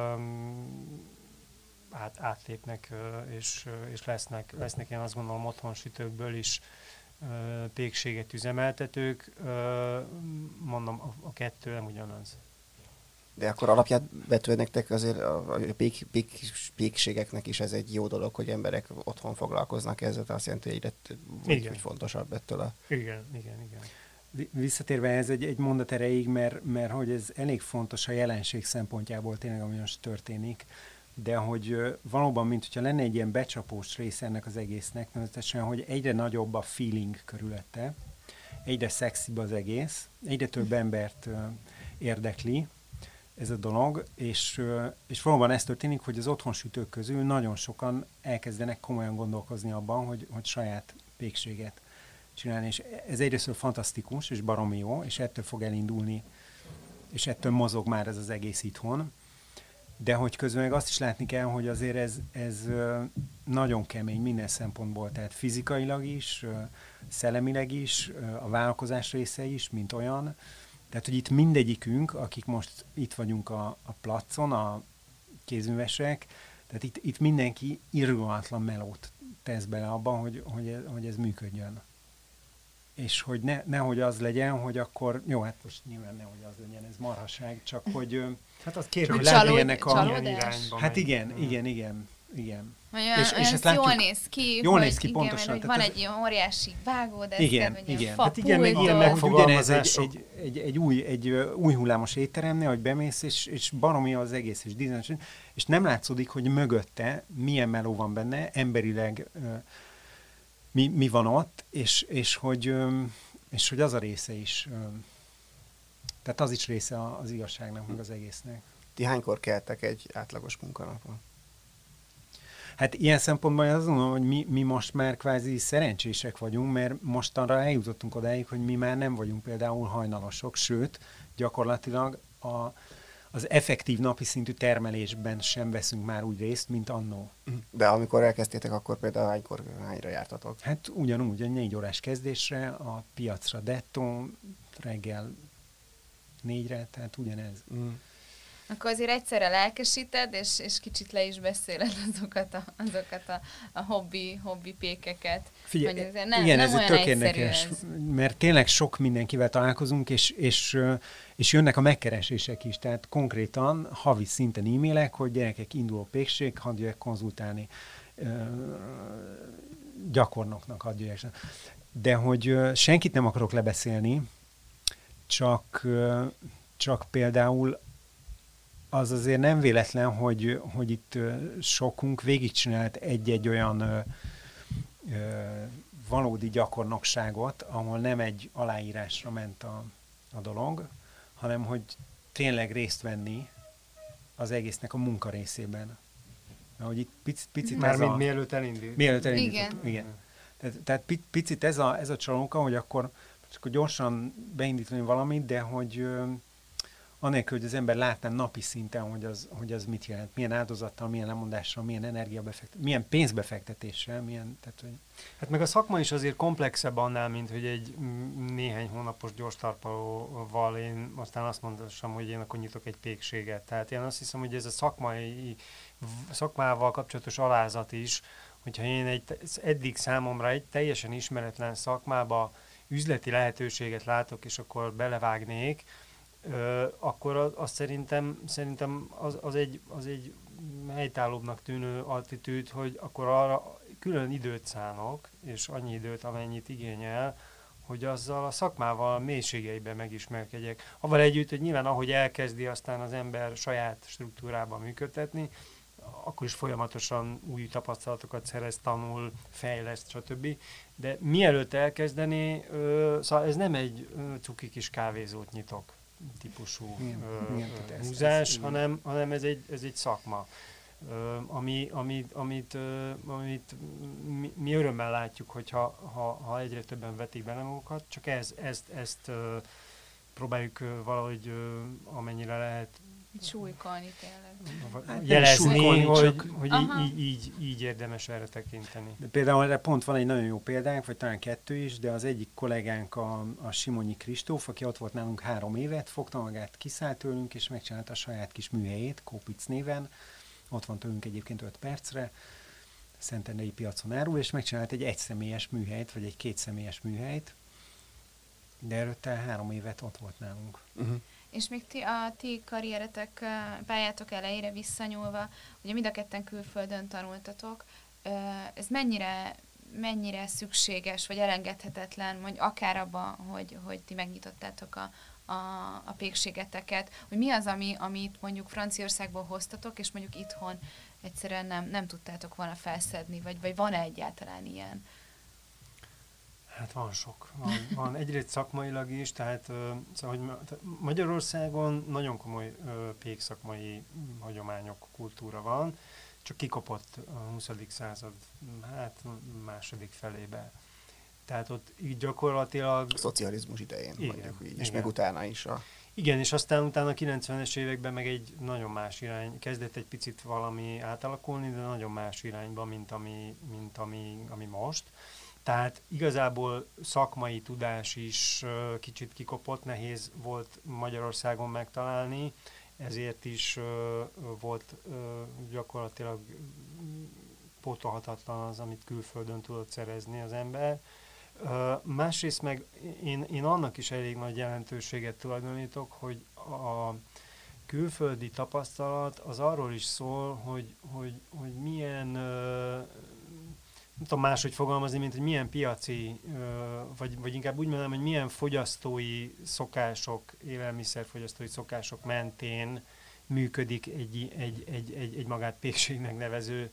átlépnek, és lesznek én azt gondolom otthonsütőkből is pékséget üzemeltetők. Mondom, a kettő nem ugyanaz. De akkor alapját vetően nektek azért a pékségeknek is ez egy jó dolog, hogy emberek otthon foglalkoznak ezzel, azt jelenti, hogy egyre fontosabb ettől a... Igen. Visszatérve ez egy mondat erejéig, mert hogy ez elég fontos a jelenség szempontjából tényleg, ami most történik, de hogy valóban, mint hogyha lenne egy ilyen becsapós része ennek az egésznek, nevezetesen, hogy egyre nagyobb a feeling körülötte, egyre szexibb az egész, egyre több embert érdekli ez a dolog, és valóban ez történik, hogy az otthonsütők közül nagyon sokan elkezdenek komolyan gondolkozni abban, hogy saját pékséget csinálni, és ez egyrészt fantasztikus, és baromi jó, és ettől fog elindulni, és ettől mozog már ez az egész itthon, de hogy közben meg azt is látni kell, hogy azért ez nagyon kemény minden szempontból, tehát fizikailag is, szellemileg is, a vállalkozás része is, mint olyan. Tehát, hogy itt mindegyikünk, akik most itt vagyunk a placon, a kézművesek, tehát itt mindenki irgalmatlan melót tesz bele abban, hogy ez működjön. És hogy nehogy az legyen, hogy akkor, jó, hát most nyilván nehogy az legyen, ez marhaság, csak hogy... Hát azt kérem, hogy látni csalódás. Hát igen. És ezt jól néz ki, jól néz ki pontosan. Hogy van egy ilyen óriási vágódeszked, vagy igen. Hát igen, meg ilyen megfogalmazások. Egy új hullámos étteremnél, hogy bemész, és baromi az egész, és dizájnos, és nem látszódik, hogy mögötte milyen meló van benne, emberileg mi van ott, és hogy az a része is, tehát az is része az igazságnak, meg az egésznek. Ti hánykor keltek egy átlagos munkanapon? Hát ilyen szempontból azt mondom, hogy mi most már kvázi szerencsések vagyunk, mert mostanra eljutottunk odáig, hogy mi már nem vagyunk például hajnalosok, sőt, gyakorlatilag az effektív napi szintű termelésben sem veszünk már úgy részt, mint annó. De amikor elkezdtétek, akkor például hányra jártatok? Hát ugyanúgy, egy 4 órás kezdésre, a piacra dettó, reggel 4-re, tehát ugyanez. Akkor azért egyszerre lelkesíted, és kicsit le is beszéled azokat a hobbi pékeket. Figyelj, nem ez olyan tök érdekes, mert tényleg sok mindenkivel találkozunk, és jönnek a megkeresések is, tehát konkrétan havi szinten e-mailek, hogy gyerekek, induló pékség, hadd jöjjek konzultálni. gyakornoknak adják. De hogy senkit nem akarok lebeszélni, csak például az azért nem véletlen, hogy itt sokunk végigcsinált egy-egy olyan valódi gyakornokságot, ahol nem egy aláírásra ment a dolog, hanem hogy tényleg részt venni az egésznek a munka részében. Mert hogy itt picit Mármint mielőtt elindít. Mielőtt elindítottuk. Igen. Tehát picit ez a csalóka, hogy akkor gyorsan beindítani valamit, de hogy anélkül, hogy az ember látná napi szinten, hogy az mit jelent, milyen áldozattal, milyen lemondással, milyen energiabefektetéssel, milyen pénzbefektetéssel, tehát, hogy... Hát meg a szakma is azért komplexebb annál, mint hogy egy néhány hónapos gyorstarpalóval én aztán azt mondtam, hogy én akkor nyitok egy pékséget. Tehát én azt hiszem, hogy ez a szakmával kapcsolatos alázat is, hogyha én eddig számomra egy teljesen ismeretlen szakmába üzleti lehetőséget látok, és akkor belevágnék, akkor az szerintem az egy helytállóbbnak tűnő attitűd, hogy akkor arra külön időt szánok, és annyi időt, amennyit igényel, hogy azzal a szakmával mélységeiben megismerkedjek. Avval együtt, hogy nyilván ahogy elkezdi aztán az ember saját struktúrában működtetni, akkor is folyamatosan új tapasztalatokat szerez, tanul, fejleszt, stb. De mielőtt elkezdené, szóval ez nem egy cuki kis kávézót nyitok típusú húzás, hanem ez egy szakma, amit mi örömmel látjuk, hogyha egyre többen vetik bele magukat, csak ezt próbáljuk valahogy amennyire lehet súlykolni tényleg. Jelezni, hogy így érdemes erre tekinteni. De például erre pont van egy nagyon jó példánk, vagy talán 2 is, de az egyik kollégánk a Simonyi Kristóf, aki ott volt nálunk 3 évet, fogta magát, kiszállt tőlünk, és megcsinálta a saját kis műhelyét, Kópic néven. Ott van tőlünk egyébként 5 percre, Szentendrei piacon árul, és megcsinált egy egyszemélyes műhelyt, vagy egy 2 személyes műhelyt, de előtte 3 évet ott volt nálunk. És még a ti karrieretek, pályátok elejére visszanyúlva, ugye mind a ketten külföldön tanultatok, ez mennyire szükséges, vagy elengedhetetlen, vagy akár abban, hogy ti megnyitottátok a pékségeteket, hogy mi az, amit mondjuk Franciaországból hoztatok, és mondjuk itthon egyszerűen nem tudtátok volna felszedni, vagy van-e egyáltalán ilyen? Hát van sok. Van egyrészt szakmailag is, tehát szóval, hogy Magyarországon nagyon komoly pékszakmai hagyományok, kultúra van, csak kikopott a 20. század második felébe. Tehát ott így gyakorlatilag... A szocializmus idején, igen, mondjuk így, és meg utána is Igen, és aztán utána a 90-es években meg egy nagyon más irány, kezdett egy picit valami átalakulni, de nagyon más irányba, mint ami most. Tehát igazából szakmai tudás is kicsit kikopott, nehéz volt Magyarországon megtalálni, ezért is volt gyakorlatilag pótolhatatlan az, amit külföldön tudott szerezni az ember. Másrészt meg én annak is elég nagy jelentőséget tulajdonítok, hogy a külföldi tapasztalat az arról is szól, hogy milyen... nem tudom máshogy fogalmazni, mint hogy milyen piaci, vagy inkább úgy mondanám, hogy milyen fogyasztói szokások, élelmiszerfogyasztói szokások mentén működik egy magát pékségnek nevező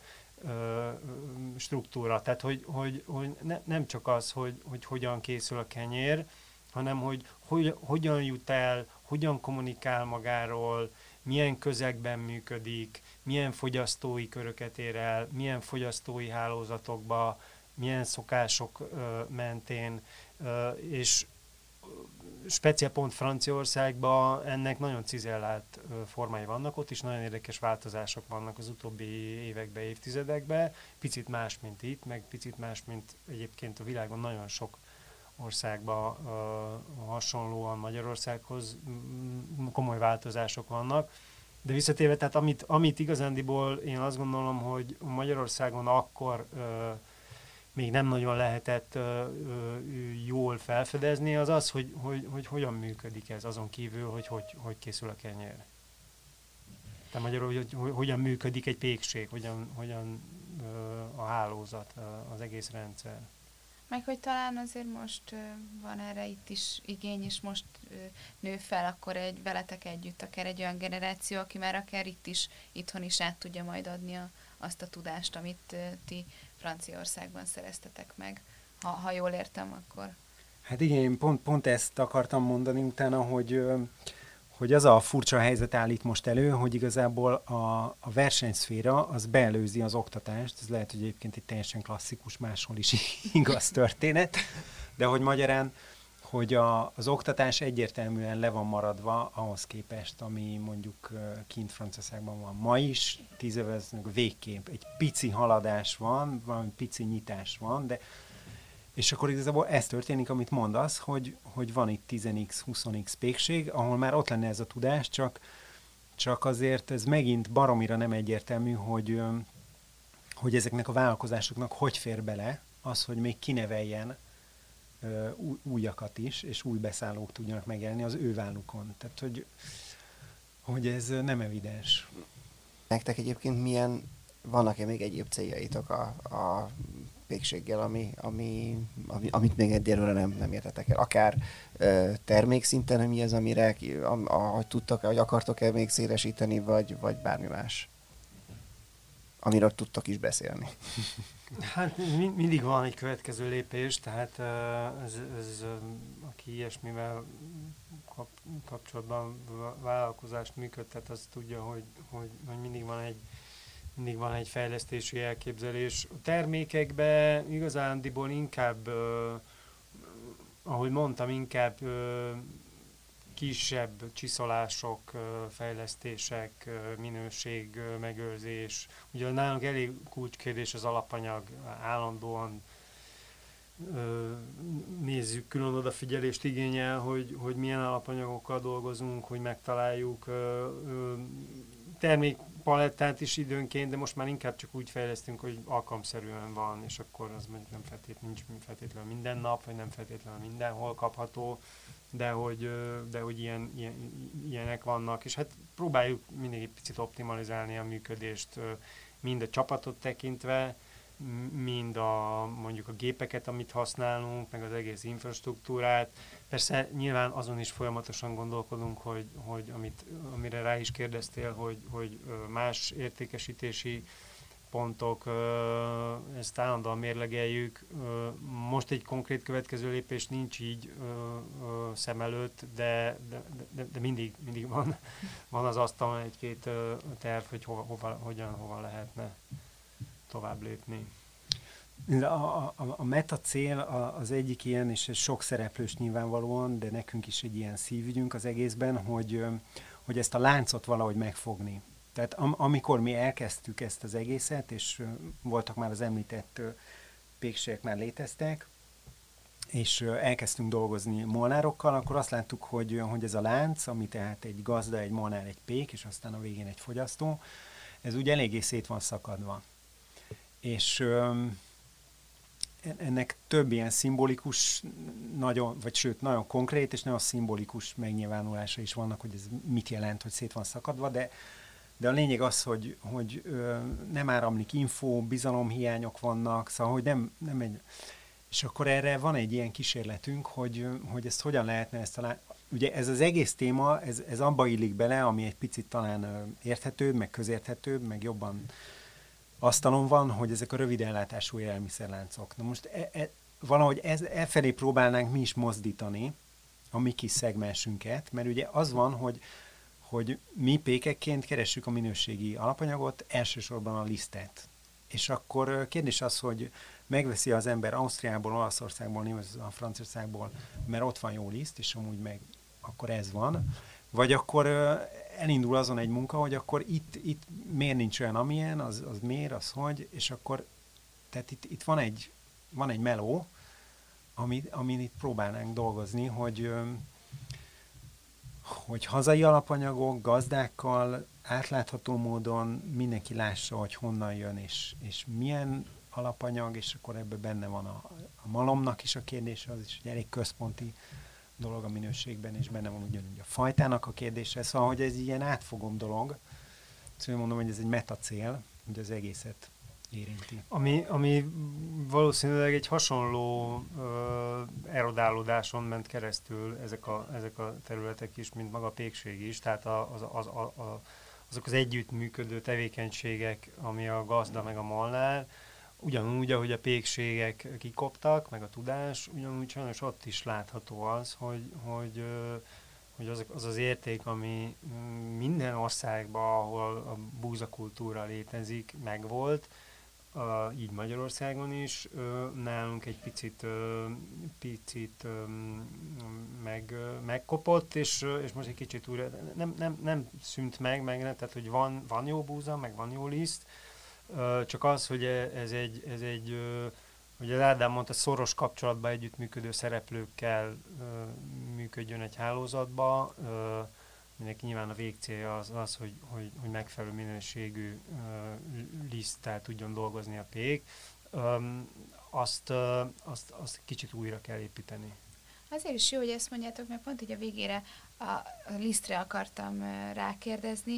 struktúra. Tehát, hogy nem csak az, hogy hogyan készül a kenyér, hanem hogy hogyan jut el, hogyan kommunikál magáról, milyen közegben működik, milyen fogyasztói köröket ér el, milyen fogyasztói hálózatokba, milyen szokások mentén, és speciál pont Franciaországban ennek nagyon cizellált formái vannak, ott is nagyon érdekes változások vannak az utóbbi években, évtizedekben, picit más, mint itt, meg picit más, mint egyébként a világon nagyon sok országban hasonlóan Magyarországhoz komoly változások vannak. De visszatérve, tehát amit igazándiból én azt gondolom, hogy Magyarországon akkor még nem nagyon lehetett jól felfedezni, az az, hogy hogyan működik ez, azon kívül, hogy készül a kenyér. Tehát magyarul, hogy hogyan működik egy pékség, hogyan a hálózat, az egész rendszer. Meg hogy talán azért most van erre itt is igény, és most nő fel akkor veletek együtt akár egy olyan generáció, aki már akár itthon is át tudja majd adni azt a tudást, amit ti Franciaországban szereztetek meg. Ha jól értem, akkor... Hát igen, én pont ezt akartam mondani utána, hogy az a furcsa helyzet áll itt most elő, hogy igazából a versenyszféra az beelőzi az oktatást, ez lehet, hogy egyébként egy teljesen klasszikus, máshol is igaz történet, de hogy magyarán, hogy az oktatás egyértelműen le van maradva ahhoz képest, ami mondjuk kint Franciaországban van ma is, 10 évvel végképp egy pici haladás van, valami pici nyitás van, de és akkor igazából ez történik, amit mondasz, hogy van itt 10x, 20x pékség, ahol már ott lenne ez a tudás, csak azért ez megint baromira nem egyértelmű, hogy ezeknek a vállalkozásoknak hogy fér bele az, hogy még kineveljen újakat is, és új beszállók tudjanak megjelenni az ő vállukon. Tehát, hogy ez nem evidens. Nektek egyébként vannak-e még egyéb céljaitok a pékséggel, amit még egyelőre nem értetek el? Akár termékszinten mi az, amire ahogy tudtok, hogy akartok-e még szélesíteni, vagy bármi más? Amiről tudtok is beszélni. Hát mindig van egy következő lépés, tehát ez aki ilyesmivel kapcsolatban vállalkozást működtet, az tudja, hogy mindig van egy fejlesztési elképzelés. A termékekben igazándiból inkább, ahogy mondtam, inkább kisebb csiszolások, fejlesztések, minőség, megőrzés. Ugye nálunk elég kulcskérdés az alapanyag, állandóan nézzük, külön odafigyelést igényel, hogy milyen alapanyagokkal dolgozunk, hogy megtaláljuk termékpalettát is időnként, de most már inkább csak úgy fejlesztünk, hogy alkalomszerűen van, és akkor az mondjuk nincs feltétlenül minden nap, vagy nem feltétlenül mindenhol kapható, de hogy ilyenek vannak, és hát próbáljuk mindig egy picit optimalizálni a működést, mind a csapatot tekintve, mind mondjuk a gépeket, amit használunk, meg az egész infrastruktúrát. Persze nyilván azon is folyamatosan gondolkodunk, hogy amire rá is kérdeztél, hogy más értékesítési pontok, ezt állandóan mérlegeljük. Most egy konkrét következő lépés nincs így szem előtt, de mindig van az asztalon egy-két terv, hogy hova lehetne tovább lépni. A meta cél az egyik ilyen, és ez sok szereplős nyilvánvalóan, de nekünk is egy ilyen szívügyünk az egészben, hogy ezt a láncot valahogy megfogni. Tehát amikor mi elkezdtük ezt az egészet, és voltak már az említett pékségek már léteztek, és elkezdtünk dolgozni molnárokkal, akkor azt láttuk, hogy ez a lánc, ami tehát egy gazda, egy molnár, egy pék, és aztán a végén egy fogyasztó, ez úgy eléggé szét van szakadva. És ennek több ilyen szimbolikus, nagyon konkrét és nagyon szimbolikus megnyilvánulása is vannak, hogy ez mit jelent, hogy szét van szakadva, de a lényeg az, hogy nem áramlik info, bizalomhiányok vannak, szóval, hogy nem egy... És akkor erre van egy ilyen kísérletünk, hogy ezt hogyan lehetne ezt talán... Ugye ez az egész téma, ez abba illik bele, ami egy picit talán érthetőbb, meg közérthetőbb, meg jobban asztalon van, hogy ezek a rövid ellátású élelmiszerláncok. Na most valahogy felé próbálnánk mi is mozdítani a mi kis szegmensünket, mert ugye az van, hogy mi pékekként keressük a minőségi alapanyagot, elsősorban a lisztet. És akkor kérdés az, hogy megveszi az ember Ausztriából, Olaszországból, Németországból, Franciaországból, mert ott van jó liszt, és amúgy meg akkor ez van. Vagy akkor elindul azon egy munka, hogy akkor itt miért nincs olyan, amilyen, az miért, az hogy, és akkor, tehát itt van egy meló, amin itt próbálnánk dolgozni, hogy hazai alapanyagok, gazdákkal, átlátható módon mindenki lássa, hogy honnan jön, és milyen alapanyag, és akkor ebben benne van a malomnak is a kérdése, az is egy elég központi dolog a minőségben, és benne van ugyanúgy a fajtának a kérdése, szóval, hogy ez ilyen átfogom dolog, szóval mondom, hogy ez egy metacél, hogy az egészet érinti. Ami valószínűleg egy hasonló erodálódáson ment keresztül ezek a területek is, mint maga a pékség is, tehát azok az együttműködő tevékenységek, ami a gazda meg a molnár, ugyanúgy, ahogy a pékségek kikoptak, meg a tudás, ugyanúgy sajnos ott is látható az, hogy az érték, ami minden országban, ahol a búzakultúra létezik, megvolt, így Magyarországon is, nálunk egy picit megkopott, és most egy kicsit újra, nem szűnt meg, tehát hogy van jó búza, meg van jó liszt, csak az, hogy ez egy hogy az Ádám mondta, szoros kapcsolatban együttműködő szereplőkkel működjön egy hálózatba. Mindenki nyilván a végcélja az hogy megfelelő minőségű liszttel tudjon dolgozni a pék. Azt kicsit újra kell építeni. Azért is jó, hogy ezt mondjátok, mert pont így a végére a lisztre akartam rákérdezni,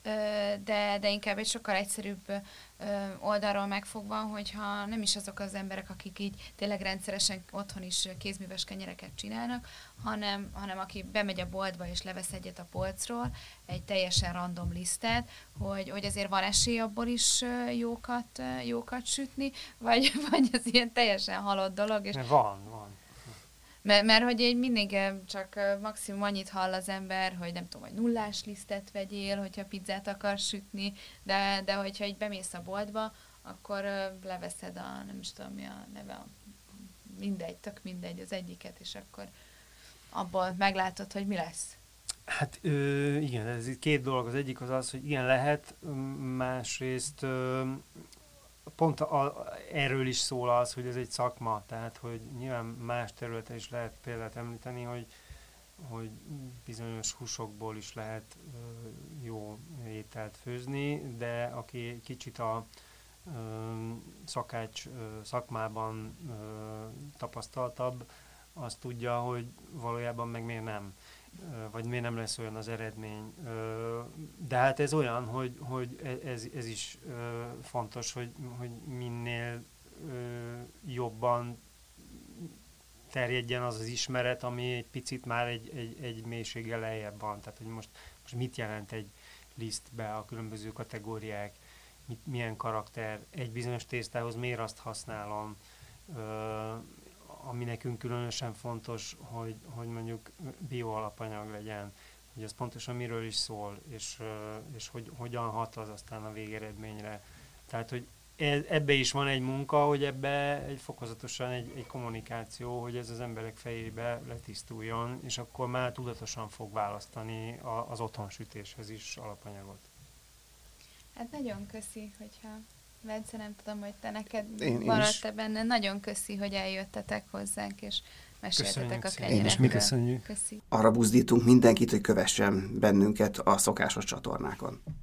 de inkább egy sokkal egyszerűbb oldalról megfogva, hogyha nem is azok az emberek, akik így tényleg rendszeresen otthon is kézműves kenyereket csinálnak, hanem aki bemegy a boltba és levesz egyet a polcról, egy teljesen random lisztet, hogy azért van esély abból is jókat sütni, vagy az ilyen teljesen halott dolog. És Van. Mert hogy így mindig csak maximum annyit hall az ember, hogy nem tudom, hogy nullás lisztet vegyél, hogyha pizzát akarsz sütni, de hogyha így bemész a boltba, akkor leveszed nem is tudom mi a neve, tök mindegy az egyiket, és akkor abból meglátod, hogy mi lesz. Hát igen, ez itt két dolog. Az egyik az, hogy igen lehet, másrészt pont erről is szól az, hogy ez egy szakma, tehát hogy nyilván más területen is lehet példát említeni, hogy bizonyos húsokból is lehet jó ételt főzni, de aki kicsit a szakács szakmában tapasztaltabb, az tudja, hogy valójában meg miért nem, vagy miért nem lesz olyan az eredmény. De hát ez olyan, hogy ez is fontos, hogy minél jobban terjedjen az ismeret, ami egy picit már egy mélységgel lejjebb van. Tehát, hogy most mit jelent egy lisztbe a különböző kategóriák, milyen karakter, egy bizonyos tésztához miért azt használom, ami nekünk különösen fontos, hogy mondjuk bioalapanyag legyen, hogy az pontosan miről is szól, és hogy hogyan hat az aztán a végeredményre. Tehát, hogy ebbe is van egy munka, hogy ebbe fokozatosan egy kommunikáció, hogy ez az emberek fejébe letisztuljon, és akkor már tudatosan fog választani az otthonsütéshez is alapanyagot. Hát nagyon köszi, hogyha Bence, nem tudom, hogy te neked én maradt-e benne. Nagyon köszi, hogy eljöttetek hozzánk, és meséltetek a kenyerekről. Én is mi köszönjük. Köszi. Arra buzdítunk mindenkit, hogy kövessen bennünket a szokásos csatornákon.